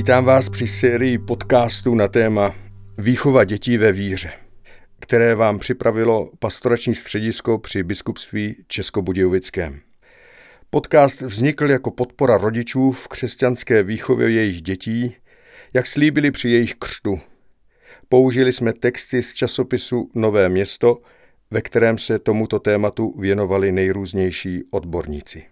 Vítám vás při sérii podcastů na téma Výchova dětí ve víře, které vám připravilo pastorační středisko při biskupství Českobudějovickém. Podcast vznikl jako podpora rodičů v křesťanské výchově jejich dětí, jak slíbili při jejich křtu. Použili jsme texty z časopisu Nové město, ve kterém se tomuto tématu věnovali nejrůznější odborníci.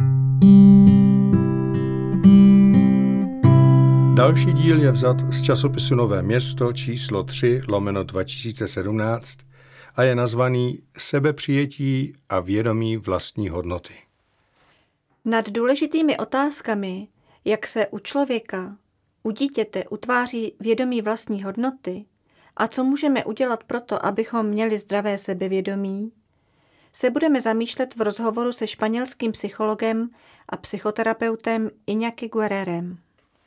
Další díl je vzat z časopisu Nové město číslo 3/2017 a je nazvaný Sebepřijetí a vědomí vlastní hodnoty. Nad důležitými otázkami, jak se u člověka, u dítěte utváří vědomí vlastní hodnoty a co můžeme udělat proto, abychom měli zdravé sebevědomí, se budeme zamýšlet v rozhovoru se španělským psychologem a psychoterapeutem Iñaki Guerrerem.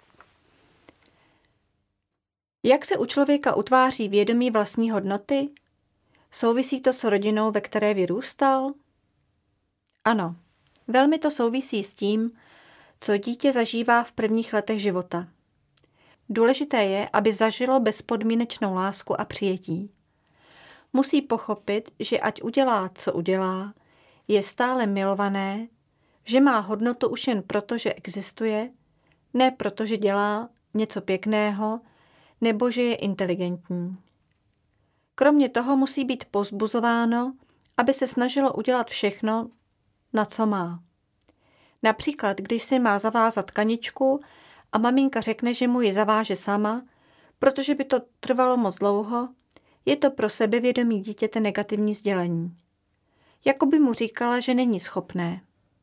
Jak se u člověka utváří vědomí vlastní hodnoty? Souvisí to s rodinou, ve které vyrůstal? Ano, velmi to souvisí s tím, co dítě zažívá v prvních letech života. Důležité je, aby zažilo bezpodmínečnou lásku a přijetí. Musí pochopit, že ať udělá, co udělá, je stále milované, že má hodnotu už jen proto, že existuje, ne proto, že dělá něco pěkného, nebo že je inteligentní. Kromě toho musí být povzbuzováno, aby se snažilo udělat všechno, na co má. Například, když si má zavázat kaničku a maminka řekne, že mu ji zaváže sama, protože by to trvalo moc dlouho, je to pro sebevědomí dítěte negativní sdělení. Jako by mu říkala, že není schopné.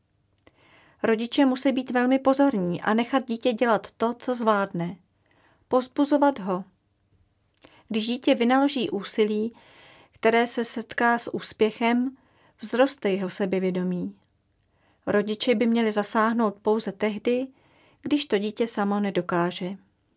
Rodiče musí být velmi pozorní a nechat dítě dělat to, co zvládne. Povzbuzovat ho. Když dítě vynaloží úsilí, které se setká s úspěchem, vzroste jeho sebevědomí. Rodiče by měli zasáhnout pouze tehdy, když to dítě samo nedokáže.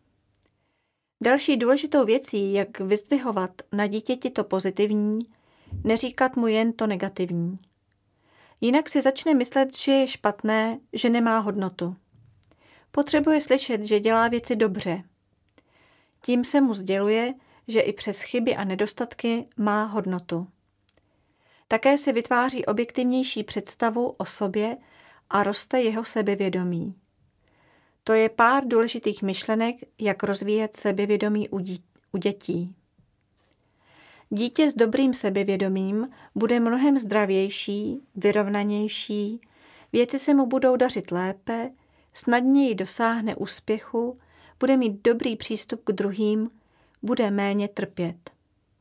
Další důležitou věcí, jak vyzdvihovat na dítěti to pozitivní, neříkat mu jen to negativní. Jinak si začne myslet, že je špatné, že nemá hodnotu. Potřebuje slyšet, že dělá věci dobře. Tím se mu sděluje, že i přes chyby a nedostatky má hodnotu. Také se vytváří objektivnější představu o sobě a roste jeho sebevědomí. To je pár důležitých myšlenek, jak rozvíjet sebevědomí u dětí. Dítě s dobrým sebevědomím bude mnohem zdravější, vyrovnanější, věci se mu budou dařit lépe, snadněji dosáhne úspěchu, bude mít dobrý přístup k druhým, bude méně trpět.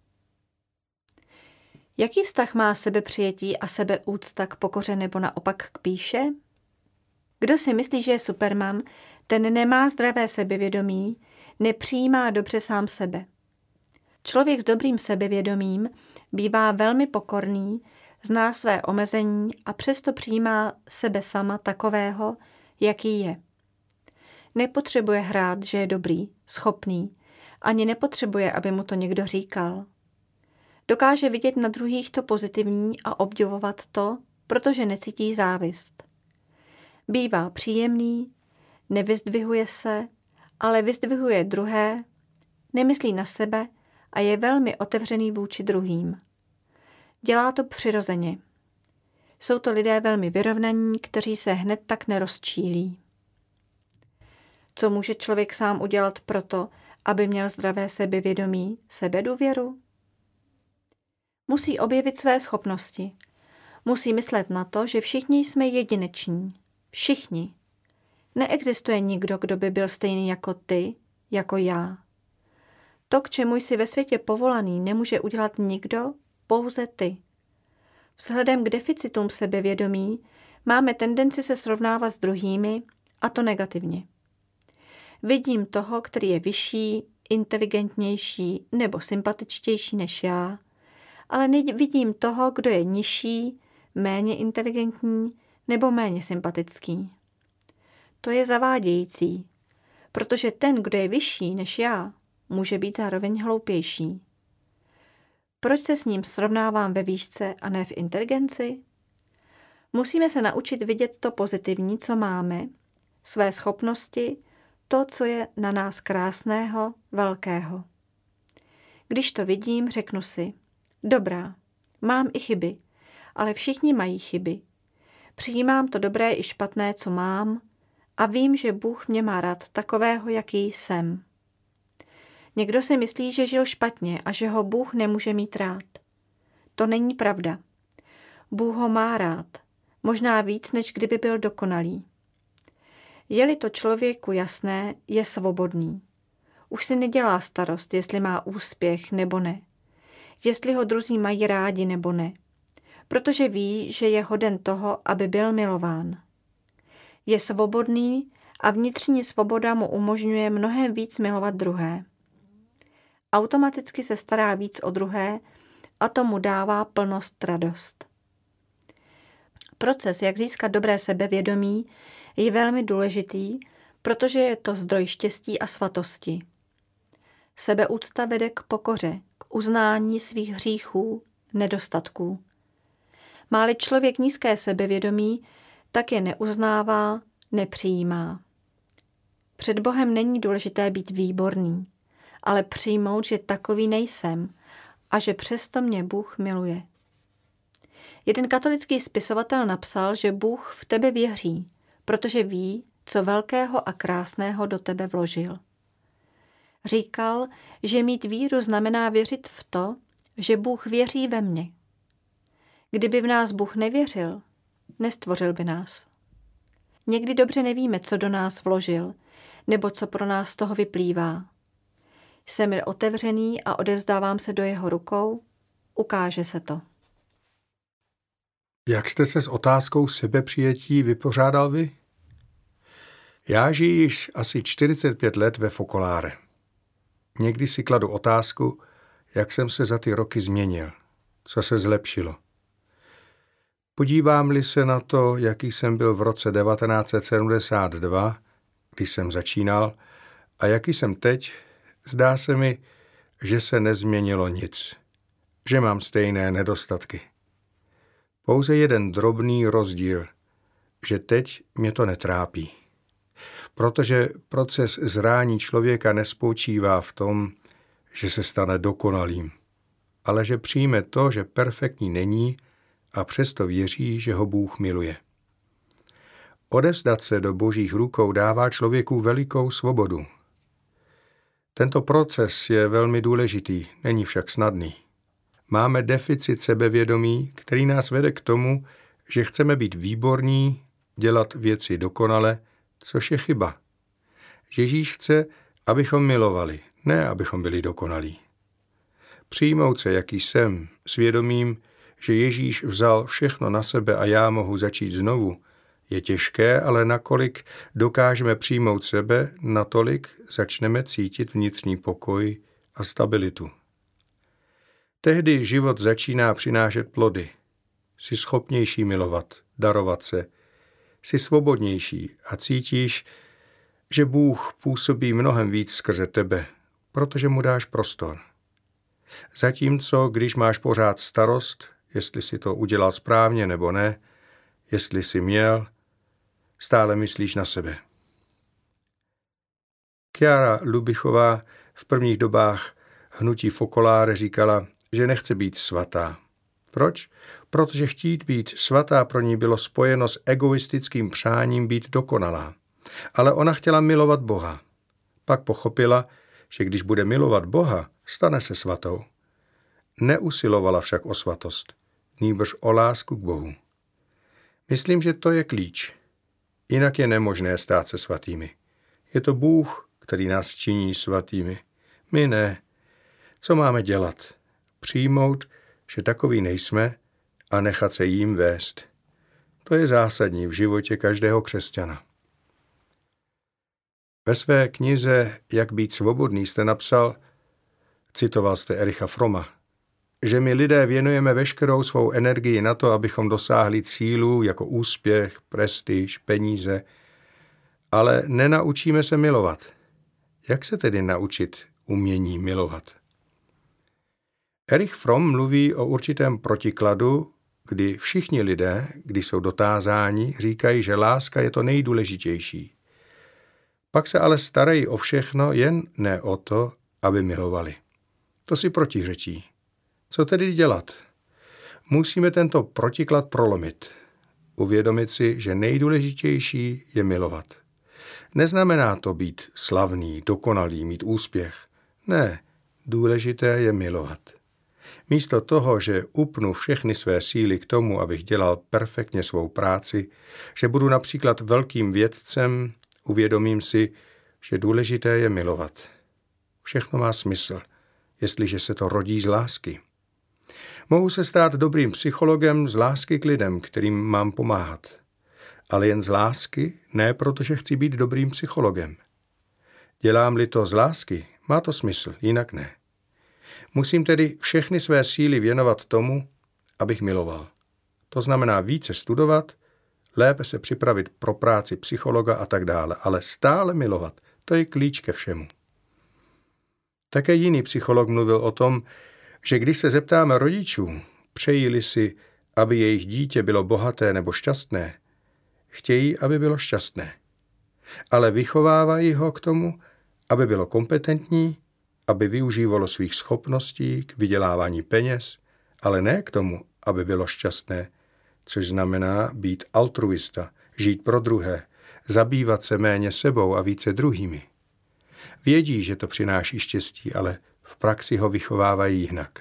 Jaký vztah má sebepřijetí a sebeúcta k pokoře nebo naopak k pýše? Kdo si myslí, že je Superman, ten nemá zdravé sebevědomí, nepřijímá dobře sám sebe. Člověk s dobrým sebevědomím bývá velmi pokorný, zná své omezení a přesto přijímá sebe sama takového, jaký je. Nepotřebuje hrát, že je dobrý, schopný, ani nepotřebuje, aby mu to někdo říkal. Dokáže vidět na druhých to pozitivní a obdivovat to, protože necítí závist. Bývá příjemný, nevyzdvihuje se, ale vyzdvihuje druhé, nemyslí na sebe a je velmi otevřený vůči druhým. Dělá to přirozeně. Jsou to lidé velmi vyrovnaní, kteří se hned tak nerozčílí. Co může člověk sám udělat proto, aby měl zdravé sebevědomí, sebedůvěru? Musí objevit své schopnosti. Musí myslet na to, že všichni jsme jedineční. Všichni. Neexistuje nikdo, kdo by byl stejný jako ty, jako já. To, k čemu jsi ve světě povolaný, nemůže udělat nikdo, pouze ty. Vzhledem k deficitům sebevědomí máme tendenci se srovnávat s druhými, a to negativně. Vidím toho, který je vyšší, inteligentnější nebo sympatičtější než já, ale nevidím toho, kdo je nižší, méně inteligentní nebo méně sympatický. To je zavádějící, protože ten, kdo je vyšší než já, může být zároveň hloupější. Proč se s ním srovnávám ve výšce a ne v inteligenci? Musíme se naučit vidět to pozitivní, co máme, své schopnosti, to, co je na nás krásného, velkého. Když to vidím, řeknu si, dobrá, mám i chyby, ale všichni mají chyby. Přijímám to dobré i špatné, co mám, a vím, že Bůh mě má rád takového, jaký jsem. Někdo si myslí, že žil špatně a že ho Bůh nemůže mít rád. To není pravda. Bůh ho má rád, možná víc, než kdyby byl dokonalý. Je-li to člověku jasné, je svobodný. Už si nedělá starost, jestli má úspěch nebo ne. Jestli ho druzí mají rádi nebo ne. Protože ví, že je hoden toho, aby byl milován. Je svobodný a vnitřní svoboda mu umožňuje mnohem víc milovat druhé. Automaticky se stará víc o druhé a to mu dává plnost radost. Proces, jak získat dobré sebevědomí, je velmi důležitý, protože je to zdroj štěstí a svatosti. Sebeúcta vede k pokoře, k uznání svých hříchů, nedostatků. Má-li člověk nízké sebevědomí, tak je neuznává, nepřijímá. Před Bohem není důležité být výborný, ale přijmout, že takový nejsem a že přesto mě Bůh miluje. Jeden katolický spisovatel napsal, že Bůh v tebe věří, protože ví, co velkého a krásného do tebe vložil. Říkal, že mít víru znamená věřit v to, že Bůh věří ve mně. Kdyby v nás Bůh nevěřil, nestvořil by nás. Někdy dobře nevíme, co do nás vložil, nebo co pro nás z toho vyplývá. Jsem otevřený a odevzdávám se do jeho rukou, ukáže se to. Jak jste se s otázkou sebepřijetí vypořádal vy? Já žiji již asi 45 let ve Focolare. Někdy si kladu otázku, jak jsem se za ty roky změnil, co se zlepšilo. Podívám-li se na to, jaký jsem byl v roce 1972, když jsem začínal, a jaký jsem teď, zdá se mi, že se nezměnilo nic, že mám stejné nedostatky. Pouze jeden drobný rozdíl, že teď mě to netrápí. Protože proces zrání člověka nespočívá v tom, že se stane dokonalým, ale že přijme to, že perfektní není a přesto věří, že ho Bůh miluje. Odevzdat se do Božích rukou dává člověku velikou svobodu. Tento proces je velmi důležitý, není však snadný. Máme deficit sebevědomí, který nás vede k tomu, že chceme být výborní, dělat věci dokonale, což je chyba. Ježíš chce, abychom milovali, ne abychom byli dokonalí. Přijmout se, jaký jsem, s vědomím, že Ježíš vzal všechno na sebe a já mohu začít znovu, je těžké, ale nakolik dokážeme přijmout sebe, natolik začneme cítit vnitřní pokoj a stabilitu. Tehdy život začíná přinášet plody. Jsi schopnější milovat, darovat se. Jsi svobodnější a cítíš, že Bůh působí mnohem víc skrze tebe, protože mu dáš prostor. Zatímco, když máš pořád starost, jestli si to udělal správně nebo ne, jestli jsi měl, stále myslíš na sebe. Chiara Lubichová v prvních dobách hnutí Focolare říkala, že nechce být svatá. Proč? Protože chtít být svatá pro ní bylo spojeno s egoistickým přáním být dokonalá. Ale ona chtěla milovat Boha. Pak pochopila, že když bude milovat Boha, stane se svatou. Neusilovala však o svatost, nýbrž o lásku k Bohu. Myslím, že to je klíč. Jinak je nemožné stát se svatými. Je to Bůh, který nás činí svatými. My ne. Co máme dělat? Přijmout, že takový nejsme a nechat se jím vést. To je zásadní v životě každého křesťana. Ve své knize Jak být svobodný jste napsal, citoval jste Ericha Fromma, že my lidé věnujeme veškerou svou energii na to, abychom dosáhli cílů jako úspěch, prestiž, peníze, ale nenaučíme se milovat. Jak se tedy naučit umění milovat? Erich Fromm mluví o určitém protikladu, kdy všichni lidé, když jsou dotázáni, říkají, že láska je to nejdůležitější. Pak se ale starají o všechno, jen ne o to, aby milovali. To si protiřečí. Co tedy dělat? Musíme tento protiklad prolomit. Uvědomit si, že nejdůležitější je milovat. Neznamená to být slavný, dokonalý, mít úspěch. Ne, důležité je milovat. Místo toho, že upnu všechny své síly k tomu, abych dělal perfektně svou práci, že budu například velkým vědcem, uvědomím si, že důležité je milovat. Všechno má smysl, jestliže se to rodí z lásky. Mohu se stát dobrým psychologem z lásky k lidem, kterým mám pomáhat. Ale jen z lásky, ne protože chci být dobrým psychologem. Dělám-li to z lásky, má to smysl, jinak ne. Musím tedy všechny své síly věnovat tomu, abych miloval. To znamená více studovat, lépe se připravit pro práci psychologa a tak dále, ale stále milovat. To je klíč ke všemu. Také jiný psycholog mluvil o tom, že když se zeptáme rodičů, přejí-li si, aby jejich dítě bylo bohaté nebo šťastné, chtějí, aby bylo šťastné. Ale vychovávají ho k tomu, aby bylo kompetentní, aby využívalo svých schopností k vydělávání peněz, ale ne k tomu, aby bylo šťastné, což znamená být altruista, žít pro druhé, zabývat se méně sebou a více druhými. Vědí, že to přináší štěstí, ale v praxi ho vychovávají jinak.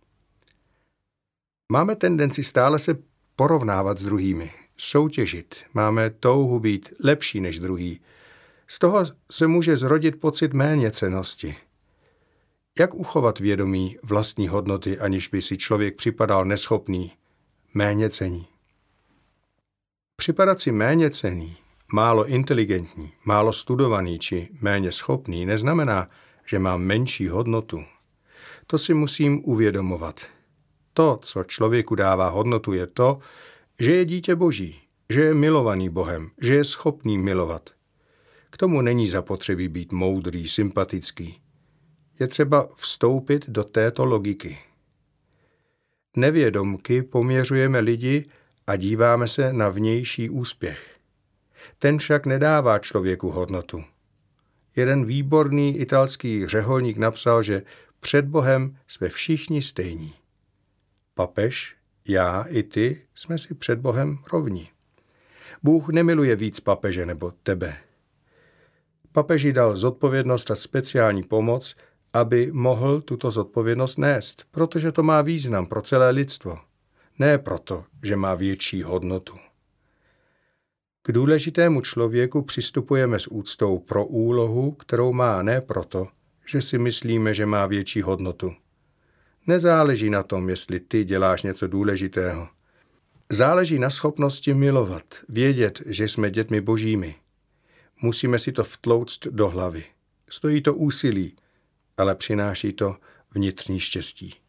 Máme tendenci stále se porovnávat s druhými, soutěžit, máme touhu být lepší než druhý. Z toho se může zrodit pocit méněcennosti. Jak uchovat vědomí vlastní hodnoty, aniž by si člověk připadal neschopný, méněcenný? Připadat si méněcenný, málo inteligentní, málo studovaný či méně schopný neznamená, že mám menší hodnotu. To si musím uvědomovat. To, co člověku dává hodnotu, je to, že je dítě Boží, že je milovaný Bohem, že je schopný milovat. K tomu není zapotřebí být moudrý, sympatický. Je třeba vstoupit do této logiky. Nevědomky poměřujeme lidi a díváme se na vnější úspěch. Ten však nedává člověku hodnotu. Jeden výborný italský řeholník napsal, že před Bohem jsme všichni stejní. Papež, já i ty jsme si před Bohem rovni. Bůh nemiluje víc papeže nebo tebe. Papeži dal zodpovědnost a speciální pomoc, aby mohl tuto zodpovědnost nést, protože to má význam pro celé lidstvo. Ne proto, že má větší hodnotu. K důležitému člověku přistupujeme s úctou pro úlohu, kterou má, ne proto, že si myslíme, že má větší hodnotu. Nezáleží na tom, jestli ty děláš něco důležitého. Záleží na schopnosti milovat, vědět, že jsme dětmi božími. Musíme si to vtlouct do hlavy. Stojí to úsilí, ale přináší to vnitřní štěstí.